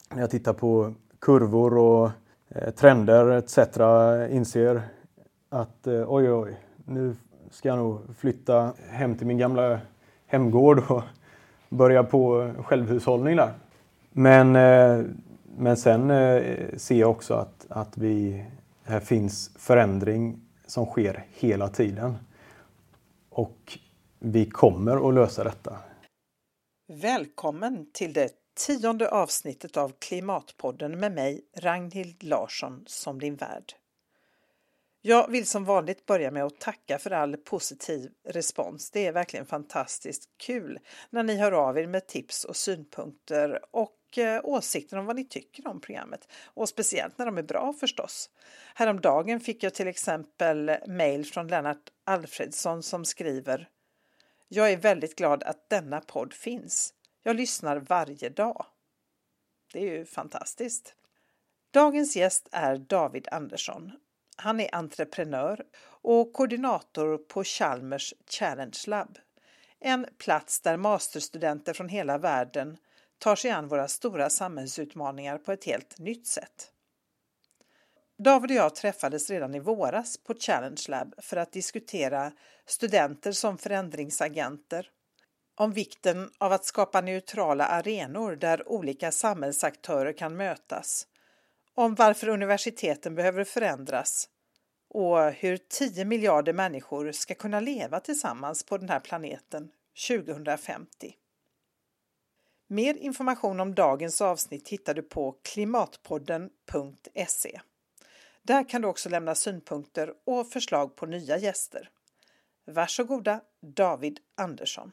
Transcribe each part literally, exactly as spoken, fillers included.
när jag tittar på kurvor och eh, trender et cetera inser att eh, oj oj, nu ska jag nog flytta hem till min gamla hemgård och börja på självhushållning där. Men, eh, men sen eh, ser jag också att, att vi, här finns förändring som sker hela tiden. Och vi kommer att lösa detta. Välkommen till det tionde avsnittet av Klimatpodden med mig, Ragnhild Larsson, som din värd. Jag vill som vanligt börja med att tacka för all positiv respons. Det är verkligen fantastiskt kul när ni hör av er med tips och synpunkter och eh, åsikter om vad ni tycker om programmet. Och speciellt när de är bra förstås. Häromdagen fick jag till exempel mejl från Lennart Alfredsson som skriver: Jag är väldigt glad att denna podd finns. Jag lyssnar varje dag. Det är ju fantastiskt. Dagens gäst är David Andersson. Han är entreprenör och koordinator på Chalmers Challenge Lab. En plats där masterstudenter från hela världen tar sig an våra stora samhällsutmaningar på ett helt nytt sätt. David och jag träffades redan i våras på Challenge Lab för att diskutera studenter som förändringsagenter, om vikten av att skapa neutrala arenor där olika samhällsaktörer kan mötas, om varför universiteten behöver förändras och hur tio miljarder människor ska kunna leva tillsammans på den här planeten tjugohundrafemtio. Mer information om dagens avsnitt hittar du på klimatpodden punkt se. Där kan du också lämna synpunkter och förslag på nya gäster. Varsågoda, David Andersson.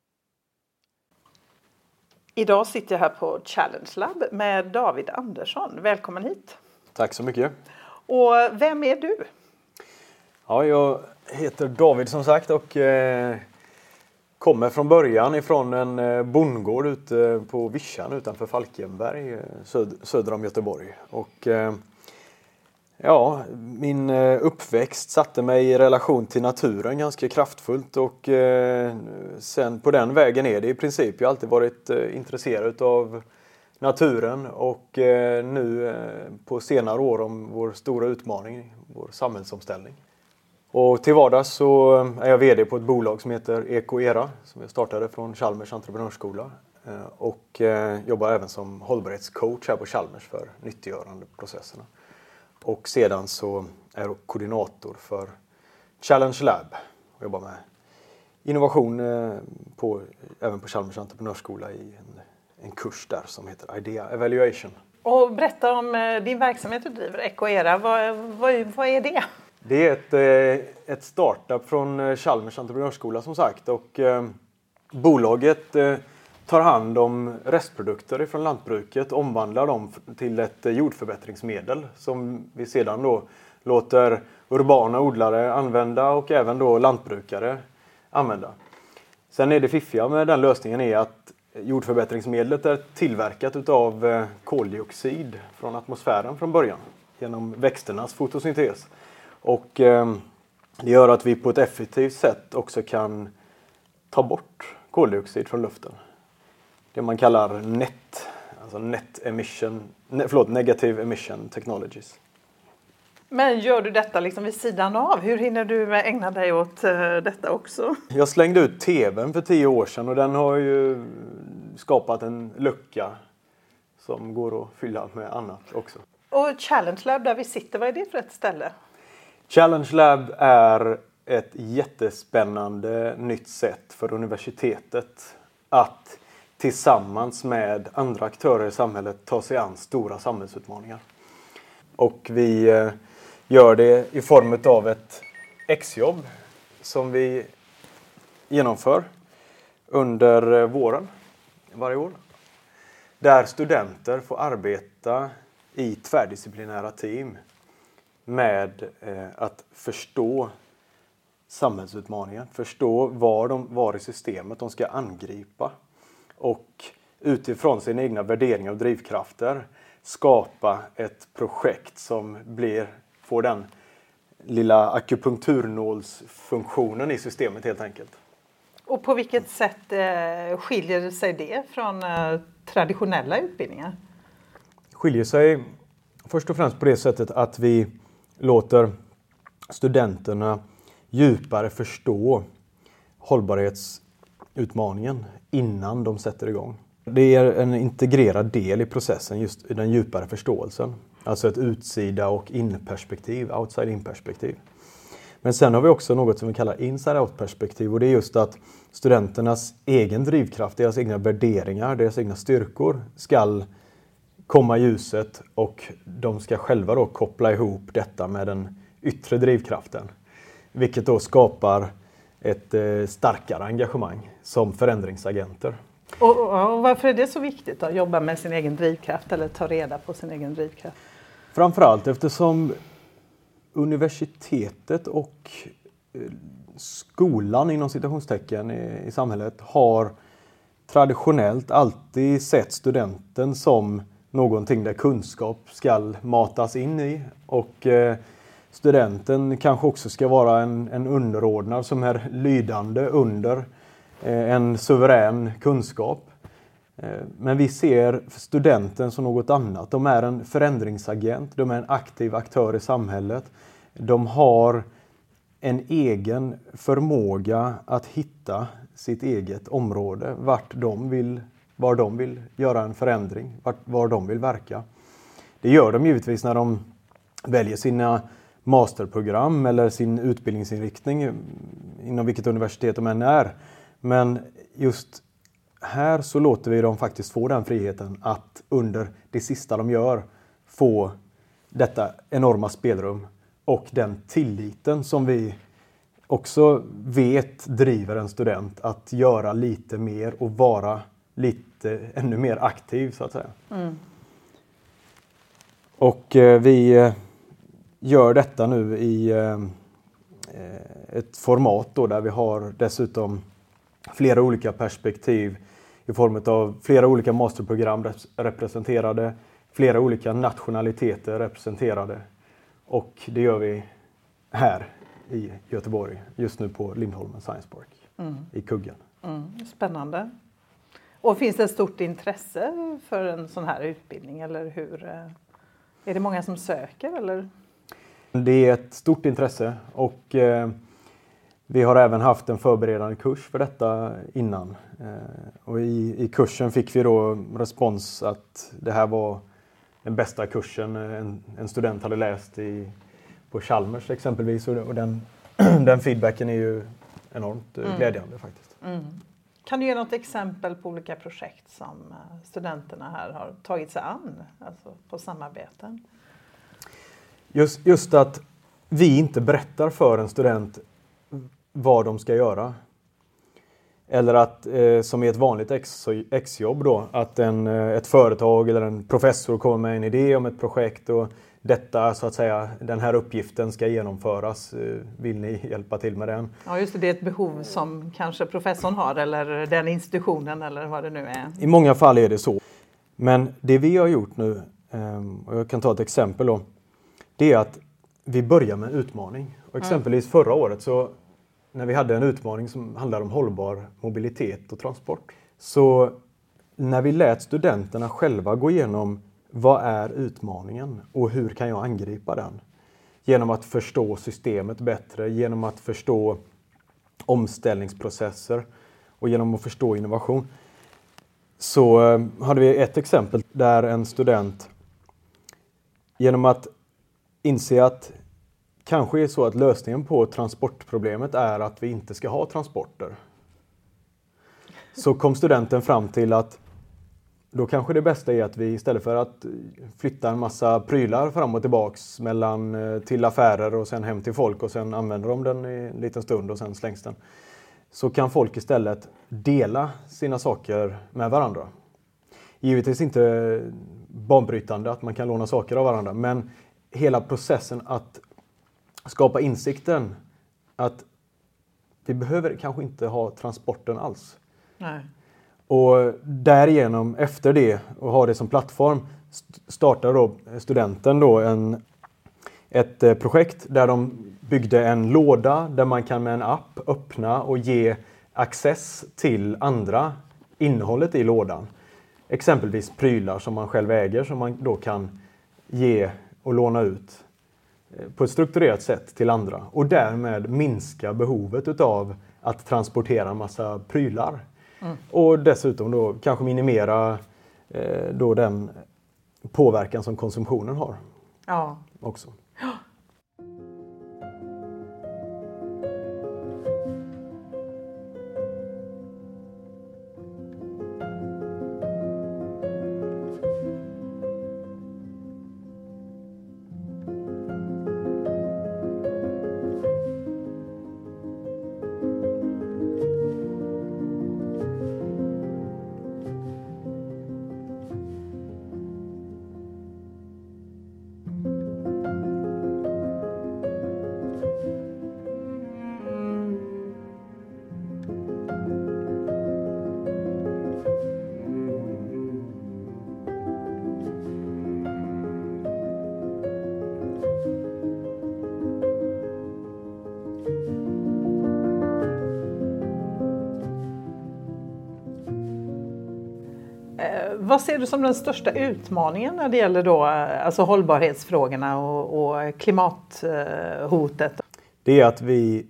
Idag sitter jag här på Challenge Lab med David Andersson. Välkommen hit. Tack så mycket. Och vem är du? Ja, jag heter David som sagt och eh, kommer från början ifrån en eh, bondgård ute på Vischan utanför Falkenberg, eh, söd, söder om Göteborg. Och eh, ja, min eh, uppväxt satte mig i relation till naturen ganska kraftfullt och eh, sen på den vägen är det i princip. Jag har alltid varit eh, intresserad av naturen och eh, nu eh, på senare år om vår stora utmaning, vår samhällsomställning. Och till vardags så är jag vd på ett bolag som heter EcoEra som jag startade från Chalmers entreprenörsskola eh, och eh, jobbar även som hållbarhetscoach här på Chalmers för nyttiggörandeprocesserna. Och sedan så är jag koordinator för Challenge Lab och jobbar med innovation på, även på Chalmers entreprenörsskola i en, en kurs där som heter Idea Evaluation. Och berätta om din verksamhet du driver, EcoEra. Vad, vad, vad är det? Det är ett, ett startup från Chalmers entreprenörsskola som sagt och eh, bolaget eh, tar hand om restprodukter från lantbruket och omvandlar dem till ett jordförbättringsmedel som vi sedan då låter urbana odlare använda och även då lantbrukare använda. Sen är det fiffiga med den lösningen är att jordförbättringsmedlet är tillverkat av koldioxid från atmosfären från början genom växternas fotosyntes. Och eh, det gör att vi på ett effektivt sätt också kan ta bort koldioxid från luften. Det man kallar net, alltså net emission, ne, förlåt, negative emission technologies. Men gör du detta liksom vid sidan av? Hur hinner du ägna dig åt uh, detta också? Jag slängde ut tvn för tio år sedan och den har ju skapat en lucka som går att fylla med annat också. Och Challenge Lab där vi sitter, vad är det för ett ställe? Challenge Lab är ett jättespännande nytt sätt för universitetet att tillsammans med andra aktörer i samhället ta sig an stora samhällsutmaningar. Och vi gör det i form av ett exjobb som vi genomför under våren varje år. Där studenter får arbeta i tvärdisciplinära team med att förstå samhällsutmaningen, förstå var, de, var i systemet de ska angripa och utifrån sina egna värderingar och drivkrafter skapa ett projekt som blir, får den lilla akupunkturnålsfunktionen i systemet helt enkelt. Och på vilket sätt eh, skiljer sig det från eh, traditionella utbildningar? skiljer sig först och främst på det sättet att vi låter studenterna djupare förstå hållbarhetsutmaningen innan de sätter igång. Det är en integrerad del i processen, just i den djupare förståelsen. Alltså ett utsida- och inperspektiv, outside-in-perspektiv. Men sen har vi också något som vi kallar inside-out-perspektiv, och det är just att studenternas egen drivkraft, deras egna värderingar, deras egna styrkor ska komma i ljuset, och de ska själva då koppla ihop detta med den yttre drivkraften. Vilket då skapar ett eh, starkare engagemang som förändringsagenter. Och, och varför är det så viktigt att jobba med sin egen drivkraft eller ta reda på sin egen drivkraft? Framförallt eftersom universitetet och skolan inom citationstecken i, i samhället har traditionellt alltid sett studenten som någonting där kunskap ska matas in i, och eh, studenten kanske också ska vara en, en underordnad som är lydande under eh, en suverän kunskap. Eh, men vi ser studenten som något annat. De är en förändringsagent, de är en aktiv aktör i samhället. De har en egen förmåga att hitta sitt eget område, vart de vill, var de vill göra en förändring, vart, var de vill verka. Det gör de givetvis när de väljer sina masterprogram eller sin utbildningsinriktning inom vilket universitet de än är. Men just här så låter vi dem faktiskt få den friheten att under det sista de gör få detta enorma spelrum och den tilliten som vi också vet driver en student att göra lite mer och vara lite ännu mer aktiv, så att säga. Mm. Och eh, vi eh, gör detta nu i eh, ett format då där vi har dessutom flera olika perspektiv i form av flera olika masterprogram representerade, flera olika nationaliteter representerade. Och det gör vi här i Göteborg, just nu på Lindholmen Science Park mm. i Kuggen. Mm, spännande. Och finns det ett stort intresse för en sån här utbildning, eller hur? Är det många som söker, eller? Det är ett stort intresse, och eh, vi har även haft en förberedande kurs för detta innan. Eh, och i, i kursen fick vi då respons att det här var den bästa kursen en, en student hade läst i, på Chalmers exempelvis. Och, och den, den feedbacken är ju enormt mm. glädjande faktiskt. Mm. Kan du ge något exempel på olika projekt som studenterna här har tagit sig an, alltså på samarbeten? Just, just att vi inte berättar för en student vad de ska göra. Eller att, eh, som i ett vanligt ex, exjobb då, att en, ett företag eller en professor kommer med en idé om ett projekt och detta, så att säga, den här uppgiften ska genomföras. Vill ni hjälpa till med den? Ja, just det. Det är ett behov som kanske professorn har, eller den institutionen, eller vad det nu är. I många fall är det så. Men det vi har gjort nu, och jag kan ta ett exempel då, det är att vi börjar med en utmaning. Och exempelvis förra året, så när vi hade en utmaning som handlade om hållbar mobilitet och transport, så när vi lät studenterna själva gå igenom vad är utmaningen och hur kan jag angripa den? Genom att förstå systemet bättre, genom att förstå omställningsprocesser och genom att förstå innovation. Så hade vi ett exempel där en student, genom att inse att kanske är så att lösningen på transportproblemet är att vi inte ska ha transporter, så kom studenten fram till att då kanske det bästa är att vi istället för att flytta en massa prylar fram och tillbaks mellan, till affärer och sen hem till folk och sen använder de den i en liten stund och sen slängs den, så kan folk istället dela sina saker med varandra. Givetvis inte banbrytande att man kan låna saker av varandra, men hela processen att skapa insikten att vi behöver kanske inte ha transporten alls. Nej. Och därigenom, efter det, och ha det som plattform, startar då studenten då en, ett projekt där de byggde en låda där man kan med en app öppna och ge access till andra innehållet i lådan. exempelvis prylar som man själv äger som man då kan ge och låna ut på ett strukturerat sätt till andra och därmed minska behovet utav att transportera en massa prylar. Mm. Och dessutom då kanske minimera eh, då den påverkan som konsumtionen har. Ja. Också. Vad ser du som den största utmaningen när det gäller då, alltså hållbarhetsfrågorna och, och klimathotet? Det är att vi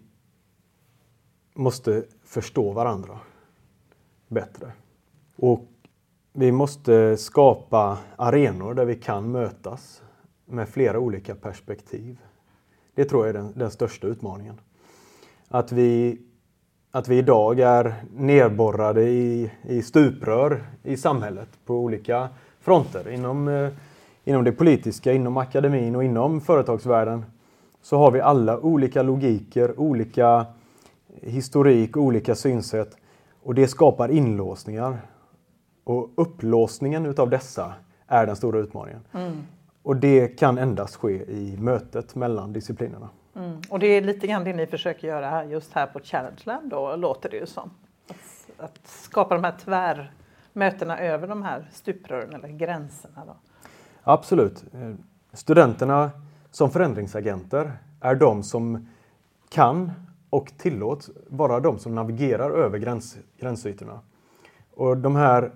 måste förstå varandra bättre. Och vi måste skapa arenor där vi kan mötas med flera olika perspektiv. Det tror jag är den, den största utmaningen. Att vi, att vi idag är nedborrade i, i stuprör i samhället på olika fronter. Inom, eh, inom det politiska, inom akademin och inom företagsvärlden så har vi alla olika logiker, olika historik, olika synsätt. Och det skapar inlåsningar. Och upplåsningen utav dessa är den stora utmaningen. Mm. Och det kan endast ske i mötet mellan disciplinerna. Mm. Och det är lite grann det ni försöker göra här, just här på Challenge Lab då, låter det ju som. Att, att skapa de här tvärmötena över de här stuprören eller gränserna då. Absolut. Studenterna som förändringsagenter är de som kan och tillåts vara de som navigerar över gräns, gränsytorna. Och de här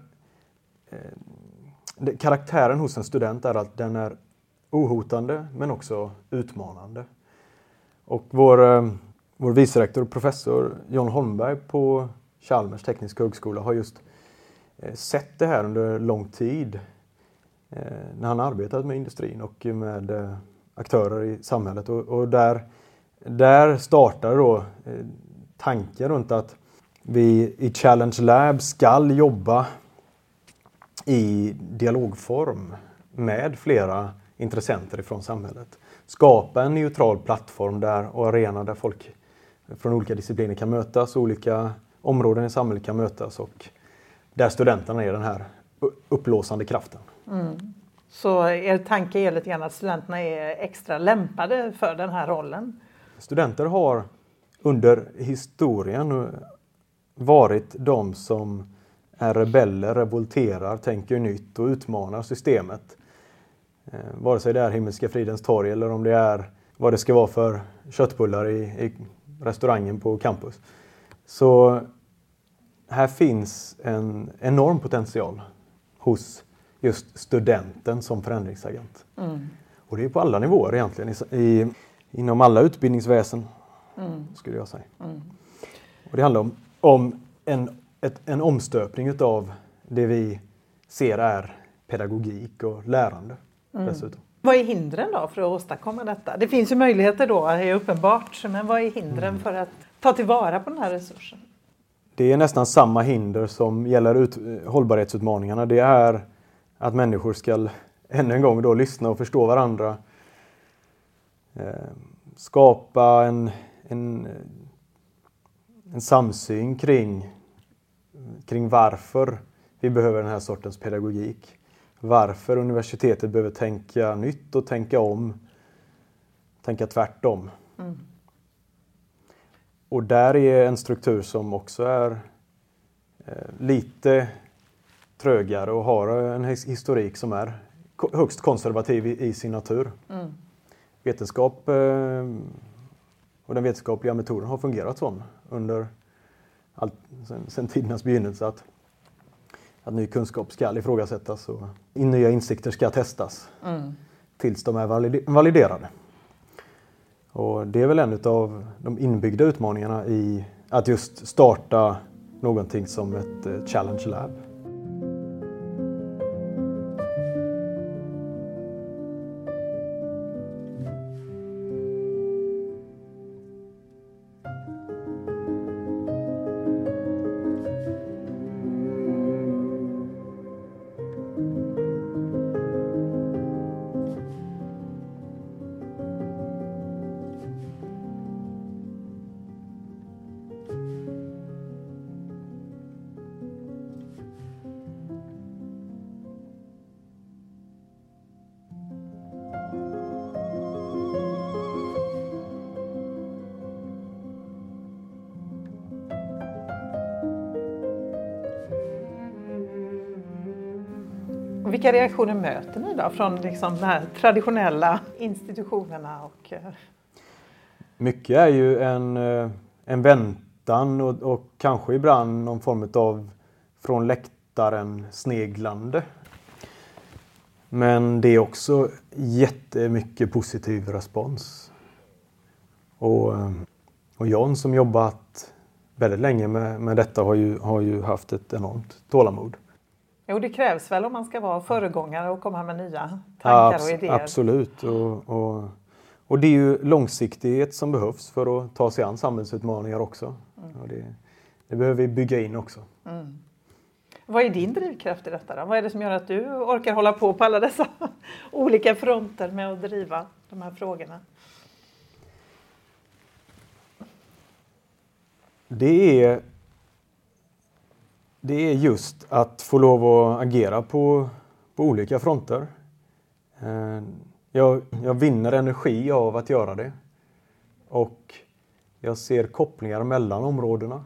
eh, karaktären hos en student är att den är ohotande men också utmanande. Och vår, eh, vår vicerektor och professor John Holmberg på Chalmers tekniska högskola har just eh, sett det här under lång tid eh, när han arbetat med industrin och med eh, aktörer i samhället. Och, och där, där startar då eh, tanken runt att vi i Challenge Lab ska jobba i dialogform med flera intressenter ifrån samhället. Skapa en neutral plattform där och arena där folk från olika discipliner kan mötas, olika områden i samhället kan mötas och där studenterna är den här upplåsande kraften. Mm. Så er tanke är lite grann att studenterna är extra lämpade för den här rollen? Studenter har under historien varit de som är rebeller, revolterar, tänker nytt och utmanar systemet. Eh, vare sig det är Himmelska fridens torg eller om det är vad det ska vara för köttbullar i, i restaurangen på campus. Så här finns en enorm potential hos just studenten som förändringsagent. Mm. Och det är på alla nivåer egentligen, i, i, inom alla utbildningsväsen mm. skulle jag säga. Mm. Och det handlar om, om en, ett, en omstöpning utav det vi ser är pedagogik och lärande mm. dessutom. Vad är hindren då för att åstadkomma detta? Det finns ju möjligheter då, det är uppenbart, men vad är hindren mm. för att ta tillvara på den här resursen? Det är nästan samma hinder som gäller ut, hållbarhetsutmaningarna. Det är att människor ska ännu en gång då lyssna och förstå varandra. Eh, skapa en, en, en samsyn kring, kring varför vi behöver den här sortens pedagogik. Varför universitetet behöver tänka nytt och tänka om. Tänka tvärtom. Mm. Och där är en struktur som också är eh, lite trögare och har en historik som är högst konservativ i, i sin natur. Mm. Vetenskap eh, och den vetenskapliga metoden har fungerat så under all, sen, sen tidernas begynnelse att, att ny kunskap ska ifrågasättas och nya insikter ska testas Mm. tills de är valid- validerade. Och det är väl en av de inbyggda utmaningarna i att just starta någonting som ett eh, Challenge Lab. Och vilka reaktioner möter ni då från liksom de här traditionella institutionerna? Och, eh... Mycket är ju en, eh, en väntan och, och kanske ibland någon form av från läktaren sneglande. Men det är också jättemycket positiv respons. Och, eh, och Jan som jobbat väldigt länge med, med detta har ju, har ju haft ett enormt tålamod. Jo, det krävs väl om man ska vara föregångare och komma med nya tankar och idéer. Absolut. Och, och, och det är ju långsiktighet som behövs för att ta sig an samhällsutmaningar också. Mm. Och det, det behöver vi bygga in också. Mm. Vad är din drivkraft i detta då? Vad är det som gör att du orkar hålla på på alla dessa olika fronter med att driva de här frågorna? Det är, det är just att få lov att agera på, på olika fronter. Jag, jag vinner energi av att göra det. Och jag ser kopplingar mellan områdena.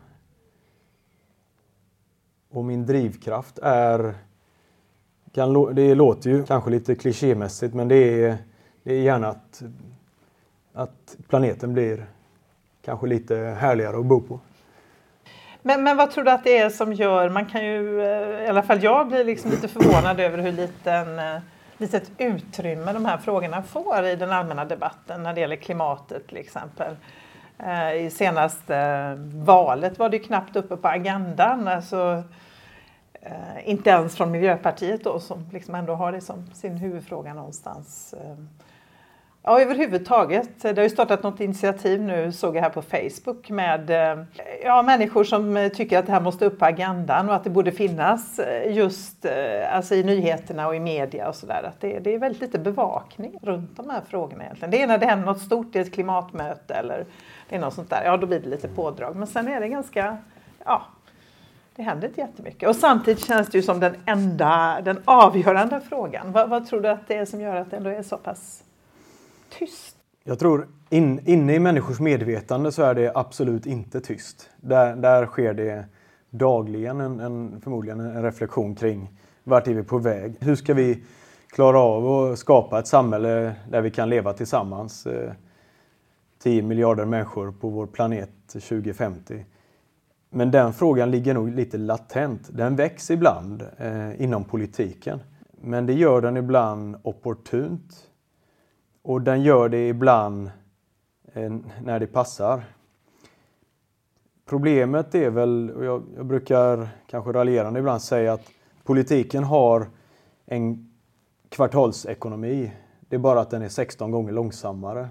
Och min drivkraft är, kan, det låter ju kanske lite klichémässigt, men det är, det är gärna att, att planeten blir kanske lite härligare att bo på. Men, men vad tror du att det är som gör, man kan ju, i alla fall jag blir liksom lite förvånad över hur liten, litet utrymme de här frågorna får i den allmänna debatten när det gäller klimatet till exempel. I senaste valet var det knappt uppe på agendan, alltså inte ens från Miljöpartiet då som liksom ändå har det som sin huvudfråga någonstans. Ja, överhuvudtaget. Det har ju startat något initiativ nu, såg jag här på Facebook, med ja, människor som tycker att det här måste upp på agendan och att det borde finnas just alltså i nyheterna och i media och sådär. Att det, det är väldigt lite bevakning runt de här frågorna egentligen. Det är när det händer något stort i ett klimatmöte eller det är något sånt där. Ja, då blir det lite pådrag. Men sen är det ganska, ja, det händer inte jättemycket. Och samtidigt känns det ju som den enda, den avgörande frågan. Vad, vad tror du att det är som gör att det ändå är så pass tyst? Jag tror in, inne i människors medvetande så är det absolut inte tyst. Där, där sker det dagligen en, en, förmodligen en reflektion kring vart är vi på väg. Hur ska vi klara av att skapa ett samhälle där vi kan leva tillsammans eh, tio miljarder människor på vår planet tjugo femtio. Men den frågan ligger nog lite latent. Den väcks ibland eh, inom politiken. Men det gör den ibland opportunt. Och den gör det ibland eh, när det passar. Problemet är väl, och jag, jag brukar kanske raljerande ibland säga att politiken har en kvartalsekonomi. Det är bara att den är sexton gånger långsammare.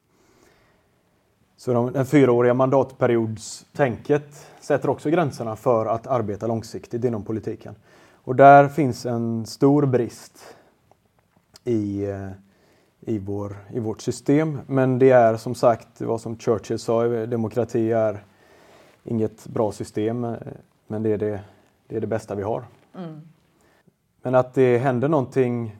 Så de, den fyraåriga mandatperiodstänket sätter också gränserna för att arbeta långsiktigt inom politiken. Och där finns en stor brist i, i, vår, i vårt system. Men det är som sagt, vad som Churchill sa, demokrati är inget bra system, men det är det, det, är det bästa vi har. Mm. Men att det händer någonting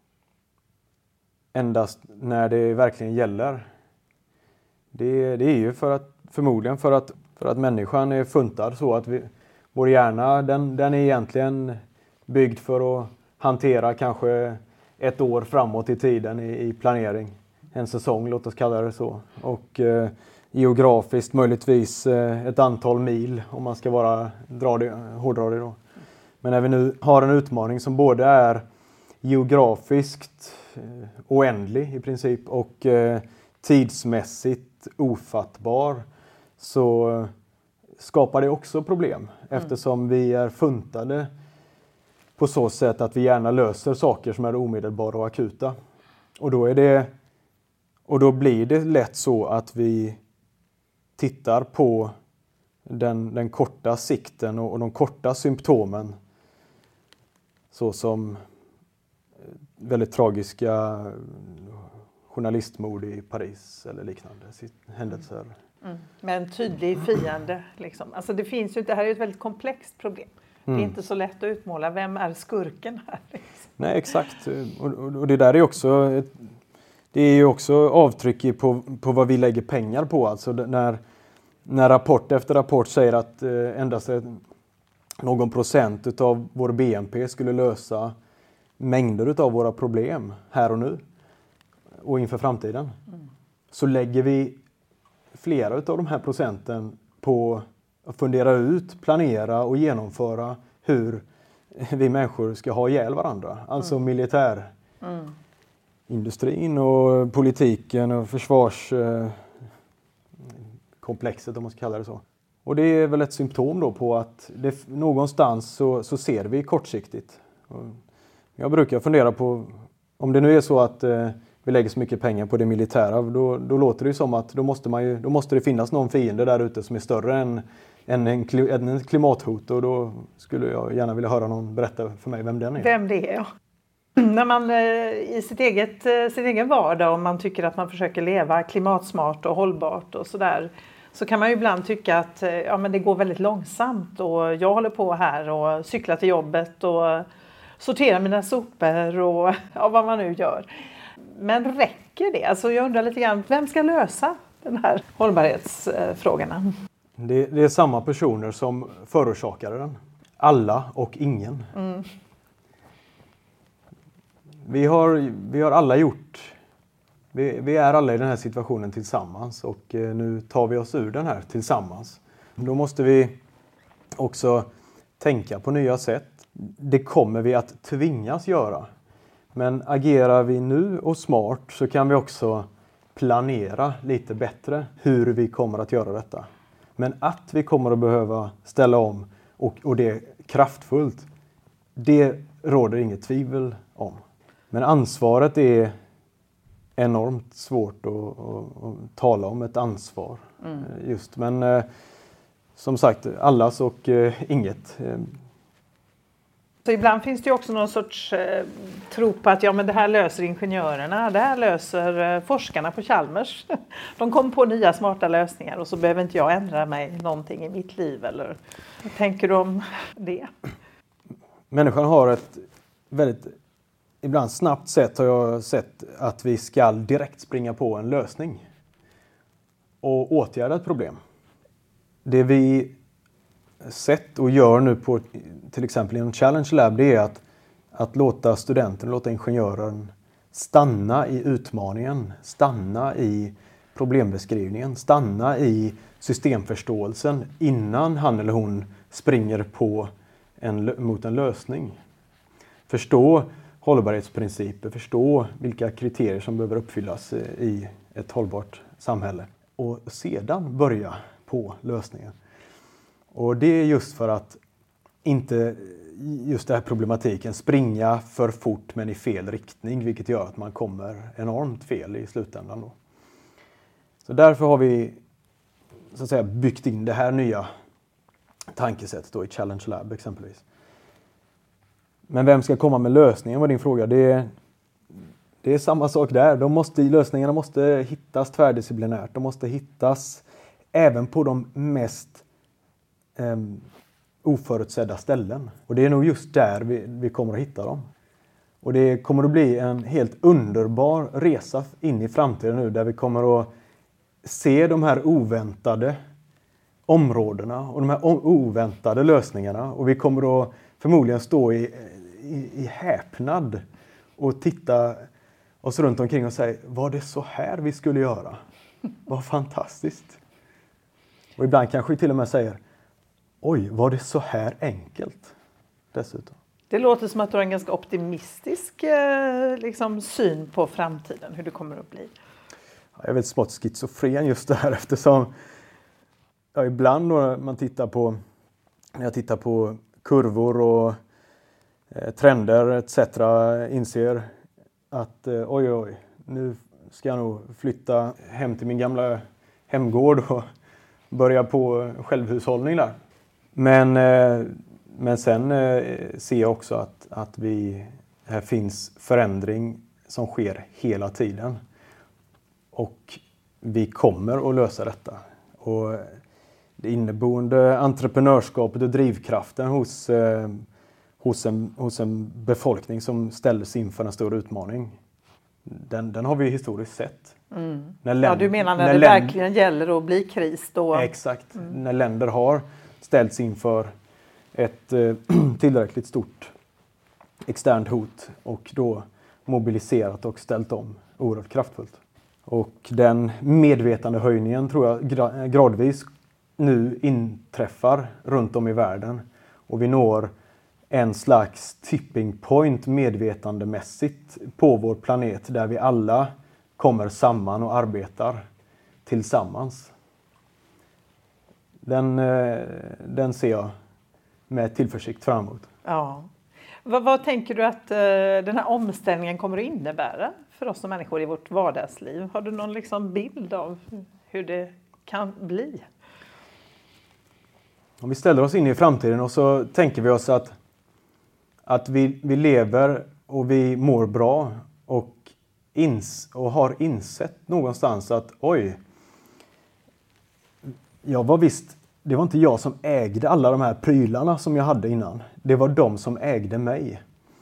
endast när det verkligen gäller. Det, det är ju för att, förmodligen för att, för att människan är funtad så att vi, vår hjärna den, den är egentligen byggd för att hantera kanske ett år framåt i tiden i, i planering. En säsong, låt oss kalla det så. Och eh, geografiskt möjligtvis eh, ett antal mil om man ska vara, dra det, hårdra det då. Men när vi nu har en utmaning som både är geografiskt eh, oändlig i princip och eh, tidsmässigt ofattbar, så skapar det också problem. Mm. Eftersom vi är funtade på så sätt att vi gärna löser saker som är omedelbara och akuta. Och då, är det, och då blir det lätt så att vi tittar på den, den korta sikten och, och de korta symptomen, så som väldigt tragiska journalistmord i Paris eller liknande händelser. Mm. Med en tydlig fiende. Liksom. Alltså det finns ju, det här är ett väldigt komplext problem. Mm. Det är inte så lätt att utmåla. Vem är skurken här? Liksom? Nej, exakt. Och, och, och det där är också ett, det är ju också avtryck på, på vad vi lägger pengar på. Alltså när, när rapport efter rapport säger att eh, endast någon procent av vår B N P skulle lösa mängder av våra problem här och nu och inför framtiden. Mm. Så lägger vi flera av de här procenten på att fundera ut, planera och genomföra hur vi människor ska ha ihjäl varandra. Alltså mm. militärindustrin och politiken och försvarskomplexet, om man ska kalla det så. Och det är väl ett symptom då på att det, någonstans så, så ser vi kortsiktigt. Jag brukar fundera på, om det nu är så att eh, vi lägger så mycket pengar på det militära, då, då låter det som att då måste, man ju, då måste det finnas någon fiende där ute som är större än, än en, en klimathot. Och då skulle jag gärna vilja höra någon berätta för mig vem den är. Vem det är, ja. När man eh, i sitt eget, eh, sin egen vardag, om man tycker att man försöker leva klimatsmart och hållbart och sådär, så kan man ju ibland tycka att eh, ja, men det går väldigt långsamt och jag håller på här och cyklar till jobbet och sorterar mina sopor och ja, vad man nu gör. Men räcker det? Alltså jag undrar lite grann, vem ska lösa den här hållbarhetsfrågorna? Det, det är samma personer som förorsakade den. Alla och ingen. Mm. Vi har, vi har alla gjort, vi, vi är alla i den här situationen tillsammans och nu tar vi oss ur den här tillsammans. Då måste vi också tänka på nya sätt. Det kommer vi att tvingas göra. Men agerar vi nu och smart så kan vi också planera lite bättre hur vi kommer att göra detta. Men att vi kommer att behöva ställa om och, och det kraftfullt, det råder inget tvivel om. Men ansvaret är enormt svårt att, att, att tala om ett ansvar. Mm. Just. Men eh, som sagt, allas och eh, inget. Så ibland finns det ju också någon sorts eh, tro på att ja, men det här löser ingenjörerna, det här löser eh, forskarna på Chalmers. De kommer på nya smarta lösningar och så behöver inte jag ändra mig någonting i mitt liv. Eller vad tänker du om det? Människan har ett väldigt, ibland snabbt sätt har jag sett att vi ska direkt springa på en lösning och åtgärda ett problem. Det vi sett och gör nu på till exempel inom Challenge Lab, det är att, att låta studenten, låta ingenjören stanna i utmaningen, stanna i problembeskrivningen, stanna i systemförståelsen innan han eller hon springer på en, mot en lösning. Förstå hållbarhetsprinciper, förstå vilka kriterier som behöver uppfyllas i ett hållbart samhälle och sedan börja på lösningen. Och det är just för att inte just den här problematiken springa för fort men i fel riktning, vilket gör att man kommer enormt fel i slutändan då. Så därför har vi så att säga byggt in det här nya tankesättet då i Challenge Lab exempelvis. Men vem ska komma med lösningen var din fråga. Det är, det är samma sak där. De måste, lösningarna måste hittas tvärdisciplinärt. De måste hittas även på de mest eh, oförutsedda ställen. Och det är nog just där vi, vi kommer att hitta dem. Och det kommer att bli en helt underbar resa in i framtiden nu, där vi kommer att se de här oväntade områdena och de här oväntade lösningarna. Och vi kommer att förmodligen stå i, i, i häpnad och titta oss runt omkring och säga, var det så här vi skulle göra? Vad fantastiskt. Och ibland kanske vi till och med säger, oj, var det så här enkelt? dessutom. Det låter som att du har en ganska optimistisk eh, liksom, syn på framtiden, hur det kommer att bli. Jag är väldigt smått schizofren just där eftersom ja, ibland när man tittar på, när jag tittar på kurvor och eh, trender et cetera inser att eh, oj oj, nu ska jag nog flytta hem till min gamla hemgård och börja på självhushållning där. Men, eh, men sen eh, ser jag också att, att vi, här finns förändring som sker hela tiden. Och vi kommer att lösa detta. Och det inneboende entreprenörskapet och drivkraften hos, eh, hos, en, hos en befolkning som ställs inför en stor utmaning. Den, den har vi historiskt sett. Mm. När länder, ja, du menar när, när det länder, verkligen gäller att bli kris då? Exakt. Mm. När länder har ställts inför ett eh, tillräckligt stort externt hot och då mobiliserat och ställt om oerhört kraftfullt. Och den medvetandehöjningen tror jag gra- gradvis nu inträffar runt om i världen. Och vi når en slags tipping point medvetandemässigt på vår planet där vi alla kommer samman och arbetar tillsammans. Den, den ser jag med tillförsikt fram emot. Ja. Vad, vad tänker du att uh, den här omställningen kommer att innebära för oss som människor i vårt vardagsliv? Har du någon liksom bild av hur det kan bli? Om vi ställer oss in i framtiden och så tänker vi oss att, att vi, vi lever och vi mår bra och, ins, och har insett någonstans att oj, jag var visst, det var inte jag som ägde alla de här prylarna som jag hade innan. Det var de som ägde mig.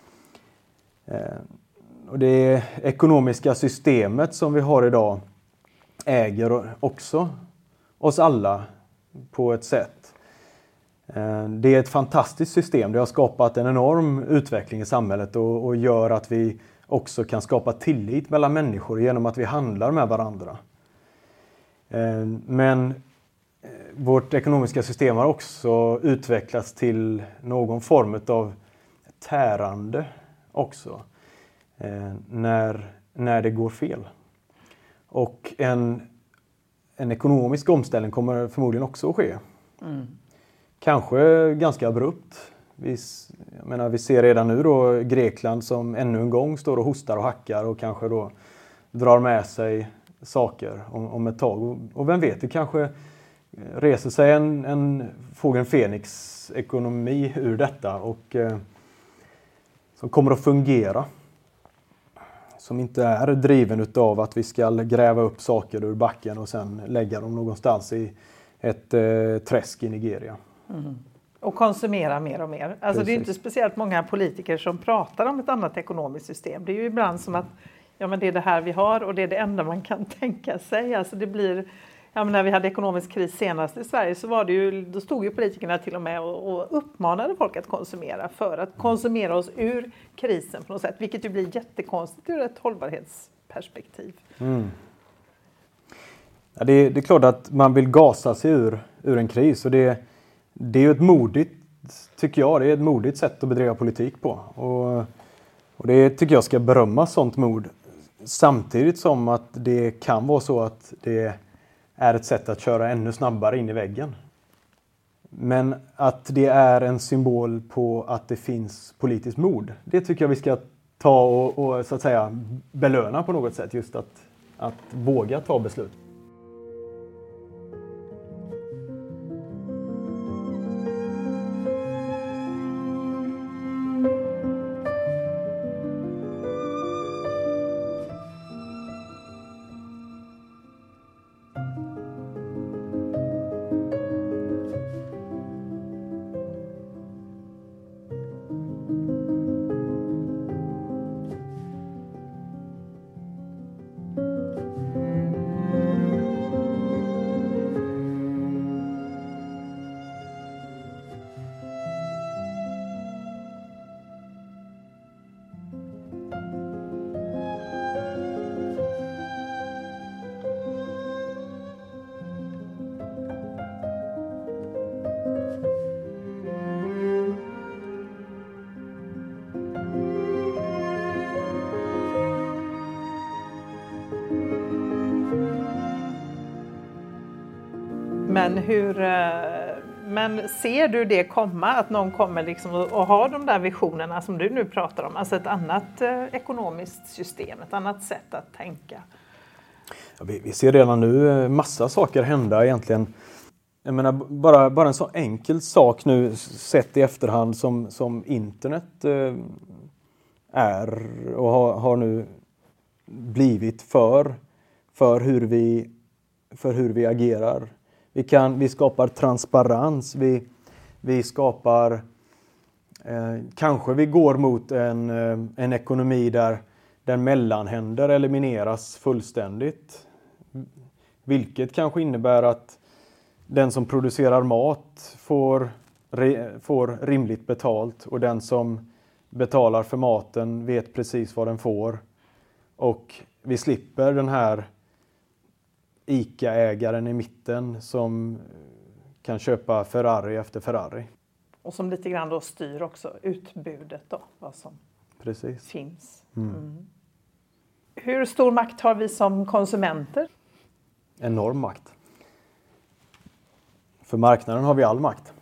Eh, och det ekonomiska systemet som vi har idag äger också oss alla på ett sätt. Eh, det är ett fantastiskt system. Det har skapat en enorm utveckling i samhället och, och gör att vi också kan skapa tillit mellan människor genom att vi handlar med varandra. Eh, men vårt ekonomiska system har också utvecklats till någon form av tärande också. Eh, när, när det går fel. Och en, en ekonomisk omställning kommer förmodligen också att ske. Mm. Kanske ganska abrupt. Vi, jag menar, vi ser redan nu då Grekland som ännu en gång står och hostar och hackar och kanske då drar med sig saker om, om ett tag. Och, och vem vet, det kanske reser sig en, en fågeln Fenix-ekonomi ur detta och eh, som kommer att fungera. Som inte är driven utav att vi ska gräva upp saker ur backen och sen lägga dem någonstans i ett eh, träsk i Nigeria. Mm. Och konsumera mer och mer. Alltså Precis. Det är inte speciellt många politiker som pratar om ett annat ekonomiskt system. Det är ju ibland som att ja, men det är det här vi har och det är det enda man kan tänka sig. Alltså det blir... Ja, men när vi hade ekonomisk kris senast i Sverige så var det ju, då stod ju politikerna till och med och, och uppmanade folk att konsumera för att konsumera oss ur krisen på något sätt. Vilket ju blir jättekonstigt ur ett hållbarhetsperspektiv. Mm. Ja, det, är, det är klart att man vill gasa sig ur, ur en kris och det, det är ju ett modigt, tycker jag, det är ett modigt sätt att bedriva politik på. Och, och det tycker jag ska berömma sånt mod. Samtidigt som att det kan vara så att det är ett sätt att köra ännu snabbare in i väggen. Men att det är en symbol på att det finns politiskt mod. Det tycker jag vi ska ta och, och så att säga belöna på något sätt. Just att, att våga ta beslut. Men, hur, men ser du det komma, att någon kommer liksom och har de där visionerna som du nu pratar om, alltså ett annat ekonomiskt system, ett annat sätt att tänka? Ja, vi, vi ser redan nu massa saker hända egentligen. Jag menar, bara, bara en så enkel sak nu sett i efterhand som, som internet eh, är och har, har nu blivit för, för, hur vi, för hur vi agerar. Vi, kan, vi skapar transparens, vi, vi skapar, eh, kanske vi går mot en, eh, en ekonomi där, där mellanhänder elimineras fullständigt. Vilket kanske innebär att den som producerar mat får, re, får rimligt betalt och den som betalar för maten vet precis vad den får. Och vi slipper den här ICA-ägaren i mitten som kan köpa Ferrari efter Ferrari. Och som lite grann då styr också utbudet då, vad som precis. finns. Mm. Mm. Hur stor makt har vi som konsumenter? Enorm makt. För marknaden har vi all makt.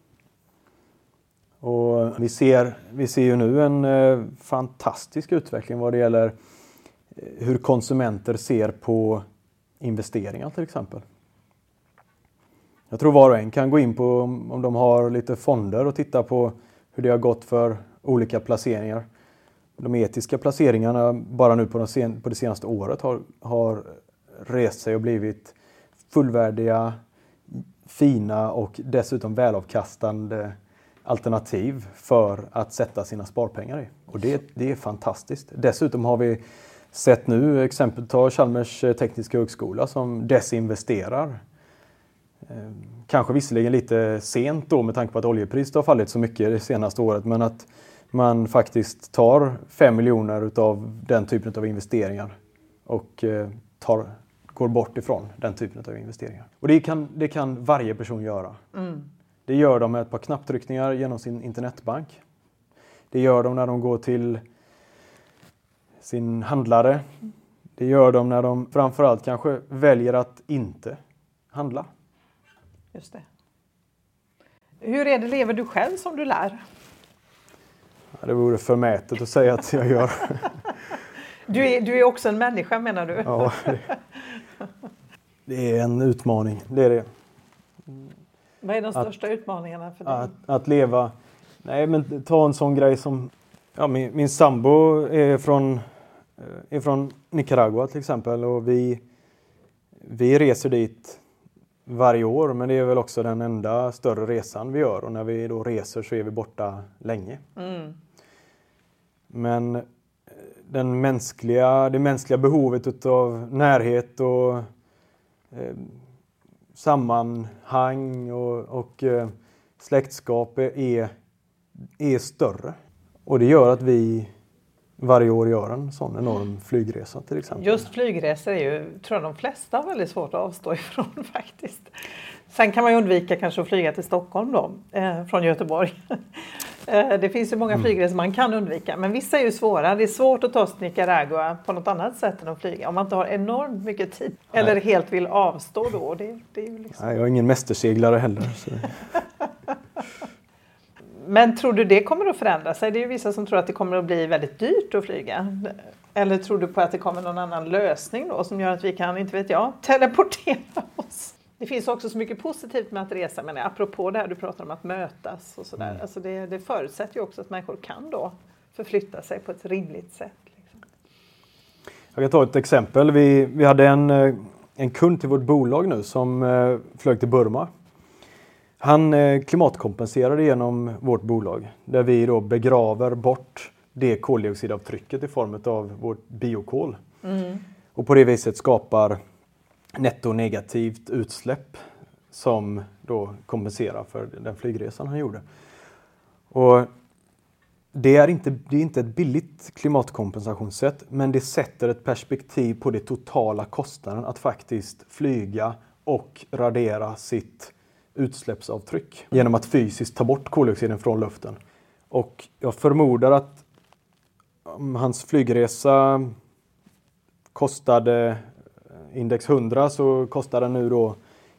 Och vi ser, vi ser ju nu en eh, fantastisk utveckling vad det gäller eh, hur konsumenter ser på investeringar till exempel. Jag tror var och en kan gå in på, om de har lite fonder, och titta på hur det har gått för olika placeringar. De etiska placeringarna bara nu på, de sen, på det senaste året har, har rest sig och blivit fullvärdiga, fina och dessutom välavkastande alternativ för att sätta sina sparpengar i. Och det, det är fantastiskt. Dessutom har vi sett nu, exempel ta Chalmers tekniska högskola som desinvesterar. Kanske visserligen lite sent då med tanke på att oljepriset har fallit så mycket det senaste året, men att man faktiskt tar fem miljoner utav den typen av investeringar och tar, går bort ifrån den typen av investeringar. Och det kan, det kan varje person göra. Mm. Det gör de med ett par knapptryckningar genom sin internetbank. Det gör de när de går till sin handlare. Det gör de när de framförallt kanske väljer att inte handla. Just det. Hur är det, lever du själv som du lär? Ja, det vore förmätet att säga att jag gör. Du är, du är också en människa, menar du? Ja, det, det är en utmaning. Det är det. Vad är de största att, utmaningarna för dig? Att, att leva. Nej, men ta en sån grej som ja, min, min sambo är från, är från Nicaragua till exempel, och vi, vi reser dit varje år, men det är väl också den enda större resan vi gör, och när vi då reser så är vi borta länge. Mm. Men den mänskliga, det mänskliga behovet av närhet och eh, sammanhang och, och eh, släktskap är, är större. Och det gör att vi varje år gör en sån enorm flygresa till exempel. Just flygresor är ju, tror jag de flesta har väldigt svårt att avstå ifrån faktiskt. Sen kan man ju undvika kanske att flyga till Stockholm då, eh, från Göteborg. eh, det finns ju många mm. flygresor man kan undvika, men vissa är ju svåra. Det är svårt att ta sig till Nicaragua på något annat sätt än att flyga, om man inte har enormt mycket tid. Nej. Eller helt vill avstå då. Det, det är ju liksom... Nej, jag är ingen mästerseglare heller. Så. Men tror du det kommer att förändra sig? Det är ju vissa som tror att det kommer att bli väldigt dyrt att flyga. Eller tror du på att det kommer någon annan lösning då som gör att vi kan, inte vet jag, teleportera oss? Det finns också så mycket positivt med att resa, men apropå det här du pratar om att mötas och sådär. Mm. Alltså det, det förutsätter ju också att människor kan då förflytta sig på ett rimligt sätt. Liksom. Jag kan ta ett exempel. Vi, vi hade en, en kund till vårt bolag nu som eh, flög till Burma. Han eh, klimatkompenserade genom vårt bolag, där vi då begraver bort det koldioxidavtrycket i form av vårt biokol. Mm. Och på det viset skapar netto-negativt utsläpp som då kompenserar för den flygresan han gjorde. Och det är inte, det är inte ett billigt klimatkompensationssätt, men det sätter ett perspektiv på det totala kostnaden att faktiskt flyga och radera sitt utsläppsavtryck genom att fysiskt ta bort koldioxiden från luften. Och jag förmodar att om hans flygresa kostade index hundra, så kostar den nu då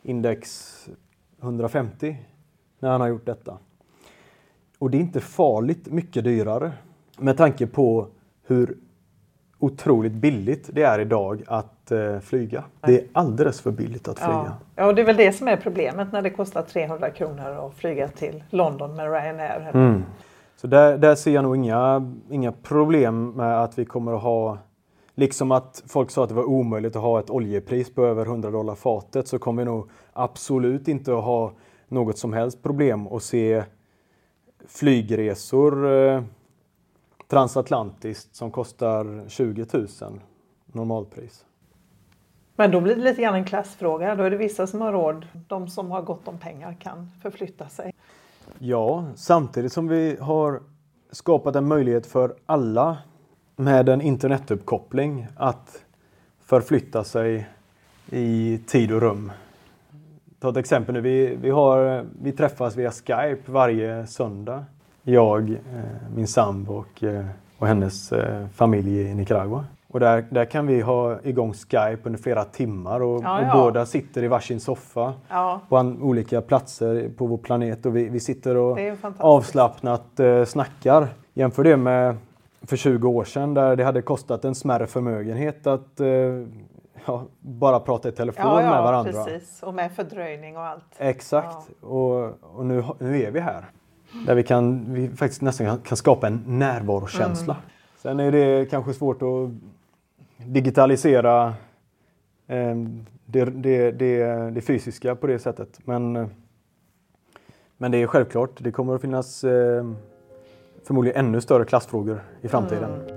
index hundrafemtio när han har gjort detta. Och det är inte farligt mycket dyrare med tanke på hur otroligt billigt det är idag att eh, flyga. Det är alldeles för billigt att flyga. Ja. ja, och det är väl det som är problemet när det kostar trehundra kronor att flyga till London med Ryanair. Mm. Så där, där ser jag nog inga, inga problem med att vi kommer att ha, liksom att folk sa att det var omöjligt att ha ett oljepris på över hundra dollar fatet, så kommer vi nog absolut inte att ha något som helst problem att se flygresor eh, transatlantiskt som kostar tjugo tusen normalpris. Men då blir det lite grann en klassfråga. Då är det vissa som har råd. De som har gott om pengar kan förflytta sig. Ja, samtidigt som vi har skapat en möjlighet för alla med en internetuppkoppling att förflytta sig i tid och rum. Ta ett exempel nu. Vi, vi, har, vi träffas via Skype varje söndag. Jag, min sambo och, och hennes familj i Nicaragua. Och där, där kan vi ha igång Skype under flera timmar och, ja, ja. och båda sitter i varsin soffa ja. på an, olika platser på vår planet. Och vi, vi sitter och avslappnat eh, snackar. Jämför det med för tjugo år sedan där det hade kostat en smärre förmögenhet att eh, ja, bara prata i telefon ja, ja, med varandra. Ja, precis. Och med fördröjning och allt. Exakt. Ja. Och, och nu, nu är vi här. Där vi, kan, vi faktiskt nästan kan, kan skapa en närvarokänsla. Mm. Sen är det kanske svårt att digitalisera eh, det, det, det, det fysiska på det sättet. Men, men det är självklart. Det kommer att finnas eh, förmodligen ännu större klassfrågor i framtiden. Mm.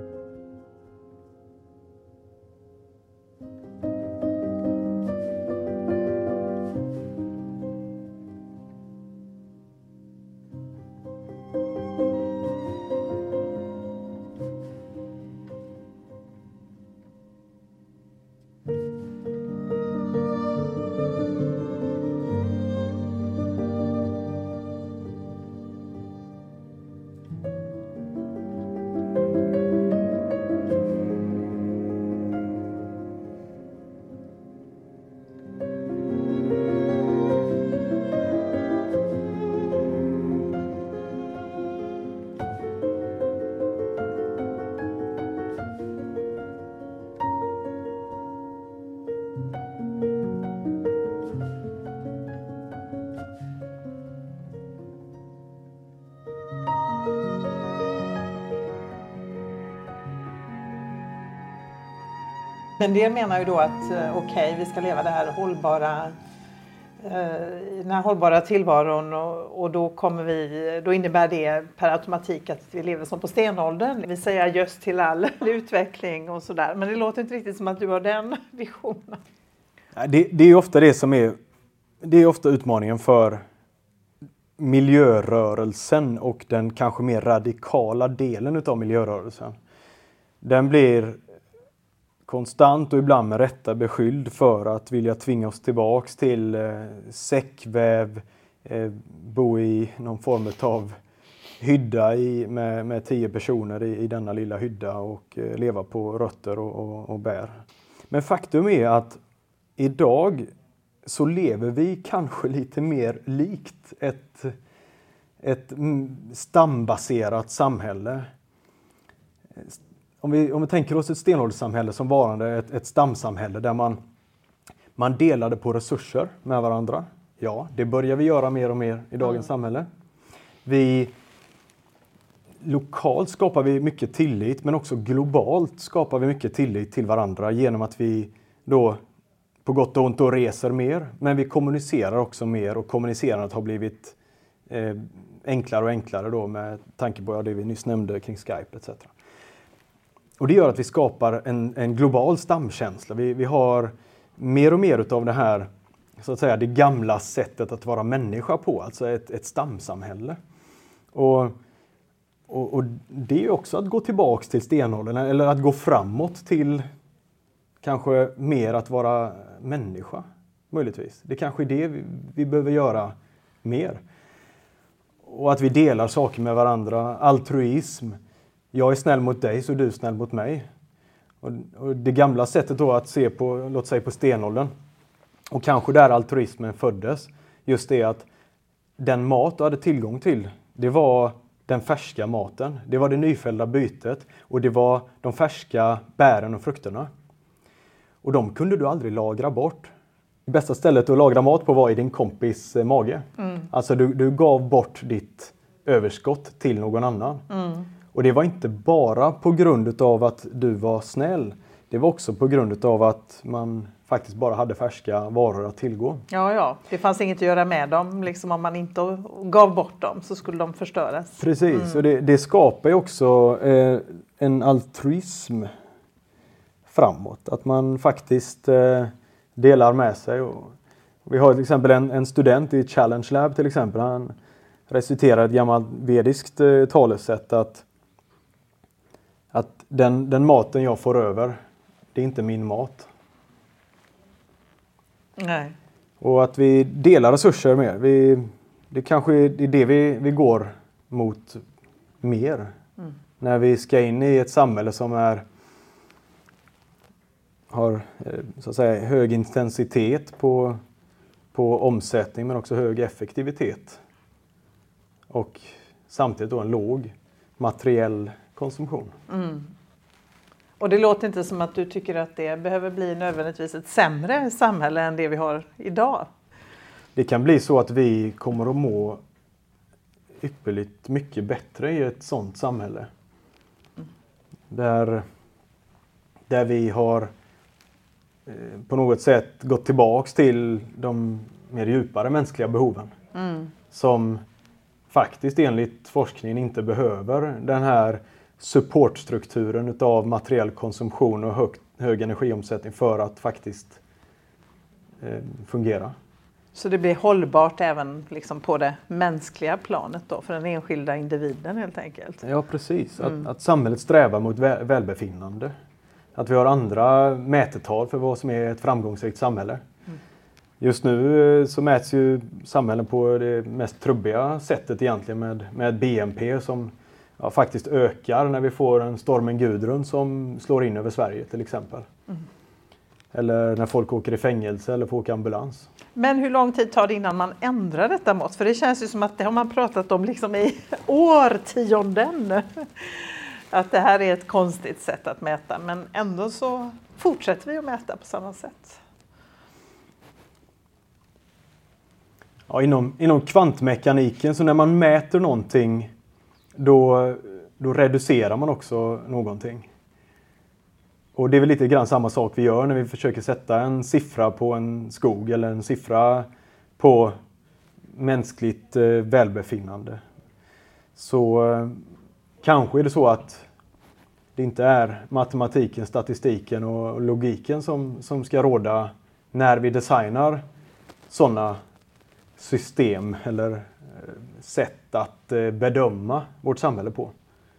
Men det menar ju då att okej, okay, vi ska leva det här hållbara, eh, den här hållbara tillvaron och, och då, kommer vi, då innebär det per automatik att vi lever som på stenåldern. Vi säger just till all utveckling och sådär. Men det låter inte riktigt som att du har den visionen. Det, det är ofta det som är, det är ofta utmaningen för miljörörelsen och den kanske mer radikala delen utav miljörörelsen. Den blir konstant och ibland med rätta beskylld för att vilja tvinga oss tillbaks till eh, säckväv, eh, bo i någon form av hydda i, med, med tio personer i, i denna lilla hydda och eh, leva på rötter och, och, och bär. Men faktum är att idag så lever vi kanske lite mer likt ett, ett stambaserat samhälle. Om vi, om vi tänker oss ett stenålderssamhälle som varande ett, ett stamsamhälle där man, man delade på resurser med varandra. Ja, det börjar vi göra mer och mer i dagens mm. samhälle. Vi, lokalt skapar vi mycket tillit, men också globalt skapar vi mycket tillit till varandra genom att vi då på gott och ont då reser mer. Men vi kommunicerar också mer och kommunicerandet har blivit eh, enklare och enklare då med tanke på det vi nyss nämnde kring Skype et cetera. Och det gör att vi skapar en, en global stamkänsla. Vi, vi har mer och mer av det här, så att säga, det gamla sättet att vara människa på. Alltså ett, ett stamsamhälle. Och, och, och det är också att gå tillbaks till stenåldern eller att gå framåt till kanske mer att vara människa. Möjligtvis. Det kanske är det vi, vi behöver göra mer. Och att vi delar saker med varandra. Altruism. Jag är snäll mot dig så är du snäll mot mig. Och, och det gamla sättet då att se på, låt säga på stenåldern. Och kanske där altruismen föddes. Just det att den mat du hade tillgång till, det var den färska maten. Det var det nyfällda bytet och det var de färska bären och frukterna. Och de kunde du aldrig lagra bort. Det bästa stället att lagra mat på var i din kompis mage. Mm. Alltså du, du gav bort ditt överskott till någon annan. Mm. Och det var inte bara på grund av att du var snäll. Det var också på grund av att man faktiskt bara hade färska varor att tillgå. Ja, ja. Det fanns inget att göra med dem. Liksom om man inte gav bort dem så skulle de förstöras. Precis, mm. och det, det skapar ju också eh, en altruism framåt. Att man faktiskt eh, delar med sig. Och, och vi har till exempel en, en student i Challenge Lab till exempel. Han reciterar ett gammalt vediskt eh, talesätt att, att den, den maten jag får över, det är inte min mat. Nej. Och att vi delar resurser mer. Vi, det kanske är det vi, vi går mot mer. Mm. När vi ska in i ett samhälle som är har så att säga, hög intensitet på, på omsättning men också hög effektivitet. Och samtidigt då en låg materiell konsumtion. Mm. Och det låter inte som att du tycker att det behöver bli nödvändigtvis ett sämre samhälle än det vi har idag. Det kan bli så att vi kommer att må ypperligt mycket bättre i ett sådant samhälle. Mm. Där, där vi har eh, på något sätt gått tillbaks till de mer djupare mänskliga behoven. Mm. Som faktiskt enligt forskningen inte behöver den här supportstrukturen utav materiell konsumtion och hög, hög energiomsättning för att faktiskt eh, fungera. Så det blir hållbart även liksom på det mänskliga planet då, för den enskilda individen helt enkelt? Ja, precis. Mm. Att, att samhället strävar mot väl, välbefinnande. Att vi har andra mätetal för vad som är ett framgångsrikt samhälle. Mm. Just nu så mäts ju samhällen på det mest trubbiga sättet egentligen med, med B N P som ja, faktiskt ökar när vi får en stormen Gudrun som slår in över Sverige till exempel. Mm. Eller när folk åker i fängelse eller får åka ambulans. Men hur lång tid tar det innan man ändrar detta mått? För det känns ju som att det har man pratat om liksom i årtionden. Att det här är ett konstigt sätt att mäta. Men ändå så fortsätter vi att mäta på samma sätt. Ja, inom, inom kvantmekaniken så när man mäter någonting då, då reducerar man också någonting. Och det är väl lite grann samma sak vi gör när vi försöker sätta en siffra på en skog eller en siffra på mänskligt eh, välbefinnande. Så eh, kanske är det så att det inte är matematiken, statistiken och logiken som, som ska råda när vi designar sådana system eller eh, sätt att eh, bedöma vårt samhälle på.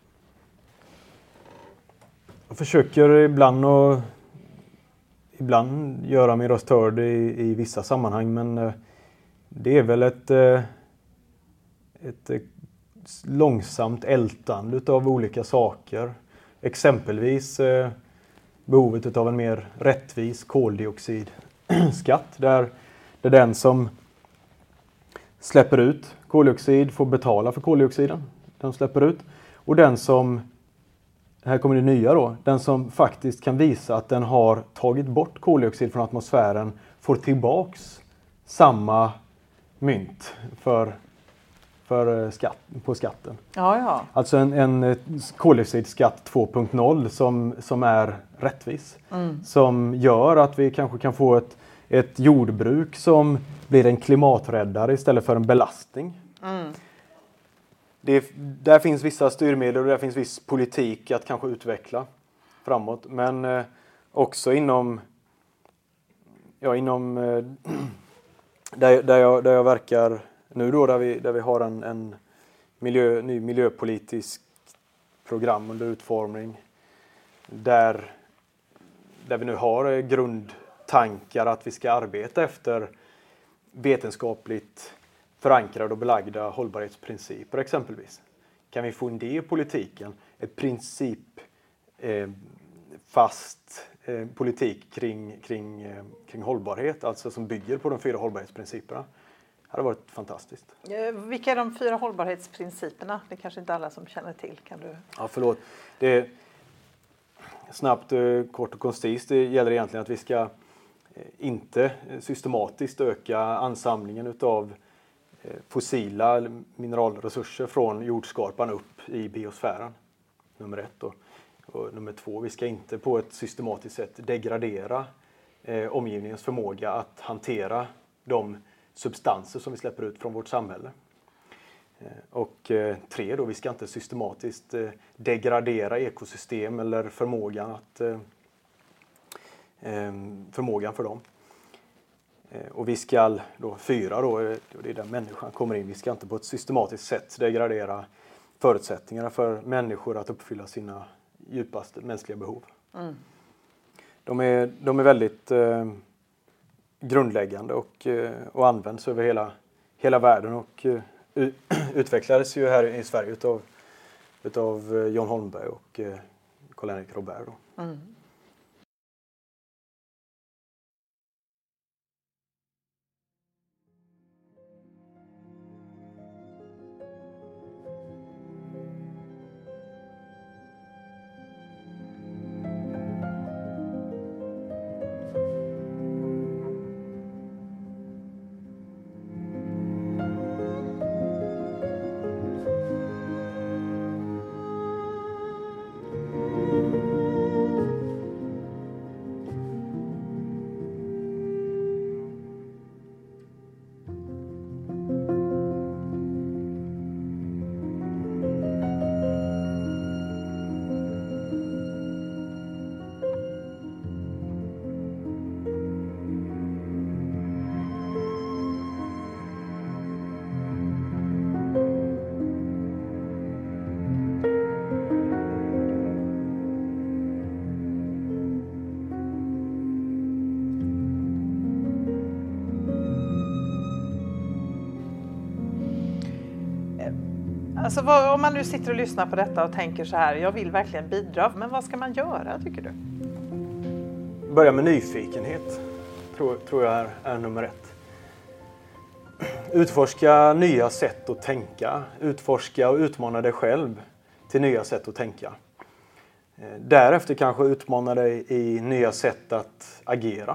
Jag försöker ibland att ibland göra min röst hörd i, i vissa sammanhang, men eh, det är väl ett, eh, ett eh, långsamt ältande av olika saker. Exempelvis eh, behovet av en mer rättvis koldioxidskatt där, där den som släpper ut koldioxid får betala för koldioxiden den släpper ut. Och den som, här kommer det nya då, den som faktiskt kan visa att den har tagit bort koldioxid från atmosfären får tillbaks samma mynt för, för skatt, på skatten. Ja, ja. Alltså en, en koldioxidskatt två punkt noll som, som är rättvis. Mm. Som gör att vi kanske kan få ett, ett jordbruk som blir en klimaträddare istället för en belastning. Mm. Det, där finns vissa styrmedel och där finns viss politik att kanske utveckla framåt. Men eh, också inom, ja, inom eh, där, där, jag, där jag verkar nu då, där vi, där vi har en, en miljö, ny miljöpolitisk program under utformning. Där, där vi nu har grundtankar att vi ska arbeta efter vetenskapligt förankrade och belagda hållbarhetsprinciper exempelvis. Kan vi få in det i politiken? Ett princip eh, fast eh, politik kring, kring, eh, kring hållbarhet, alltså som bygger på de fyra hållbarhetsprinciperna. Det hade varit fantastiskt. Vilka är de fyra hållbarhetsprinciperna? Det är kanske inte alla som känner till. Kan du... Ja, förlåt. Det är snabbt, kort och koncist. Det gäller egentligen att vi ska inte systematiskt öka ansamlingen utav fossila mineralresurser från jordskorpan upp i biosfären. Nummer ett då. Och nummer två, vi ska inte på ett systematiskt sätt degradera eh, omgivningens förmåga att hantera de substanser som vi släpper ut från vårt samhälle. Eh, och eh, tre då, vi ska inte systematiskt eh, degradera ekosystem eller förmågan att eh, eh, förmågan för dem. Eh, och vi ska då fyra då, det är där människan kommer in, vi ska inte på ett systematiskt sätt degradera förutsättningarna för människor att uppfylla sina djupaste mänskliga behov. Mm. De, är, de är väldigt eh, grundläggande och, eh, och används över hela, hela världen och eh, utvecklades ju här i Sverige utav, utav John Holmberg och eh, Karl-Henrik Robert. Då. Mm. Alltså vad, om man nu sitter och lyssnar på detta och tänker så här, jag vill verkligen bidra, men vad ska man göra tycker du? Börja med nyfikenhet, tror, tror jag är, är nummer ett. Utforska nya sätt att tänka, utforska och utmana dig själv till nya sätt att tänka. Därefter kanske utmana dig i nya sätt att agera.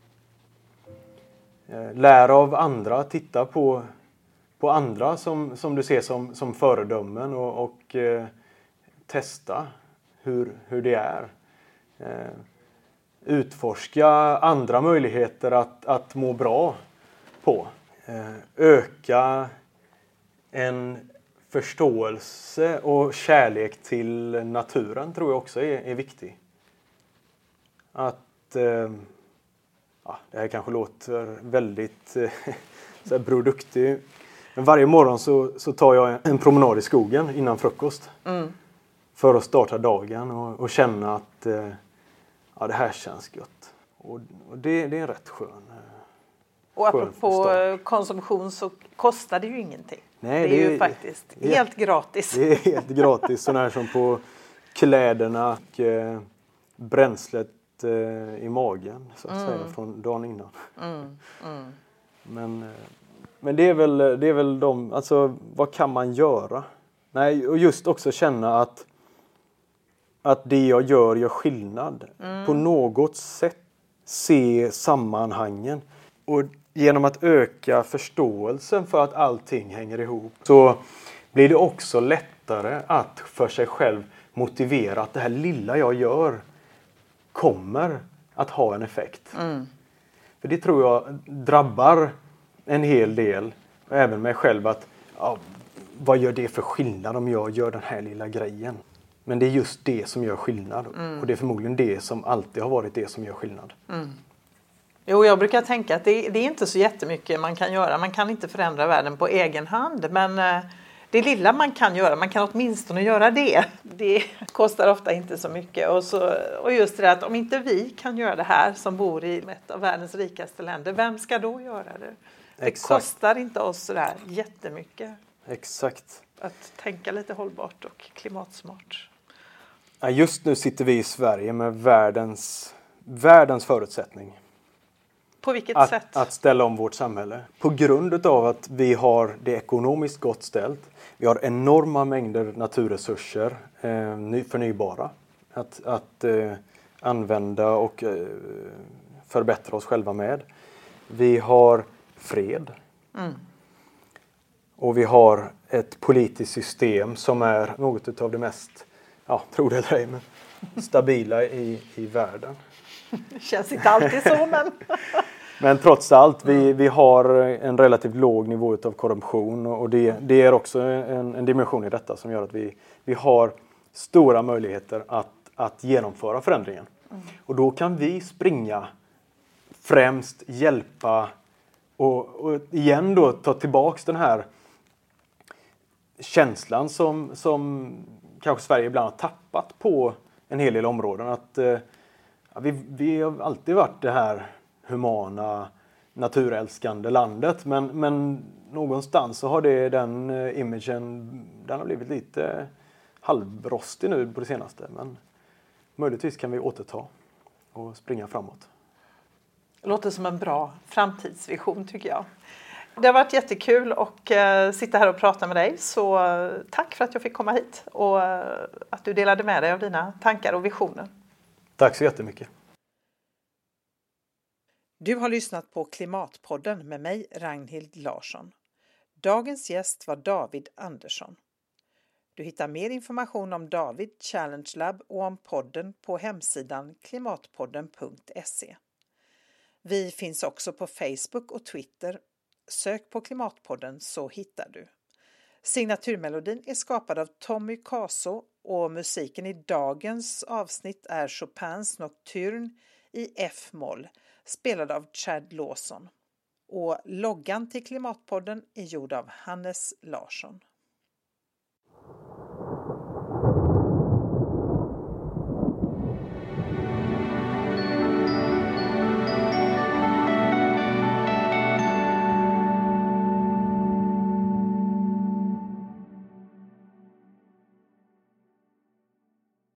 Lär av andra, titta på på andra som, som du ser som, som föredömen och, och eh, testa hur, hur det är. Eh, utforska andra möjligheter att, att må bra på. Eh, öka en förståelse och kärlek till naturen tror jag också är, är viktig. Att, eh, ja, det här kanske låter väldigt eh, så här produktiv. Men varje morgon så, så tar jag en promenad i skogen innan frukost. Mm. För att starta dagen och, och känna att eh, ja, det här känns gött. Och, och det, det är en rätt skön eh, Och apropå start. Konsumtion så kostar det ju ingenting. Nej, det är det ju är, faktiskt det, helt gratis. Det är helt gratis. Sån här som på kläderna och eh, bränslet eh, i magen så att mm. säga från dagen innan. Mm. Mm. Men... Eh, Men det är väl, det är väl de, alltså vad kan man göra? Nej, och just också känna att, att det jag gör gör skillnad. Mm. På något sätt se sammanhangen. Och genom att öka förståelsen för att allting hänger ihop så blir det också lättare att för sig själv motivera att det här lilla jag gör kommer att ha en effekt. Mm. För det tror jag drabbar en hel del, och även mig själv, att ja, vad gör det för skillnad om jag gör den här lilla grejen? Men det är just det som gör skillnad. Mm. Och det är förmodligen det som alltid har varit det som gör skillnad. Mm. Jo, jag brukar tänka att det, det är inte så jättemycket man kan göra. Man kan inte förändra världen på egen hand. Men eh, det lilla man kan göra, man kan åtminstone göra det. Det kostar ofta inte så mycket. Och, så, och just det att om inte vi kan göra det här som bor i ett av världens rikaste länder, vem ska då göra det? Det Exakt. Kostar inte oss sådär jättemycket. Exakt. Att tänka lite hållbart och klimatsmart. Ja, just nu sitter vi i Sverige med världens världens förutsättning. På vilket att, sätt? Att ställa om vårt samhälle. På grund av att vi har det ekonomiskt gott ställt. Vi har enorma mängder naturresurser, eh, förnybara. Att, att eh, använda och eh, förbättra oss själva med. Vi har fred. Mm. Och vi har ett politiskt system som är något av det mest, ja, tror det eller ej, men stabila i, i världen. Det känns inte alltid så, men... Men trots allt, vi, vi har en relativt låg nivå av korruption och det, det är också en, en dimension i detta som gör att vi, vi har stora möjligheter att, att genomföra förändringen. Mm. Och då kan vi springa, främst hjälpa och, och igen då ta tillbaks den här känslan som, som kanske Sverige ibland har tappat på en hel del områden. Att, ja, vi, vi har alltid varit det här humana, naturälskande landet. Men, men någonstans så har det den imagen, den har blivit lite halvrostig nu på det senaste. Men möjligtvis kan vi återta och springa framåt. Det låter som en bra framtidsvision tycker jag. Det har varit jättekul att uh, sitta här och prata med dig. Så uh, tack för att jag fick komma hit och uh, att du delade med dig av dina tankar och visioner. Tack så jättemycket. Du har lyssnat på Klimatpodden med mig, Ragnhild Larsson. Dagens gäst var David Andersson. Du hittar mer information om David Challenge Lab och om podden på hemsidan klimatpodden punkt se. Vi finns också på Facebook och Twitter. Sök på Klimatpodden så hittar du. Signaturmelodin är skapad av Tommy Caso och musiken i dagens avsnitt är Chopins Nocturne i F-moll, spelad av Chad Lawson. Och loggan till Klimatpodden är gjord av Hannes Larsson.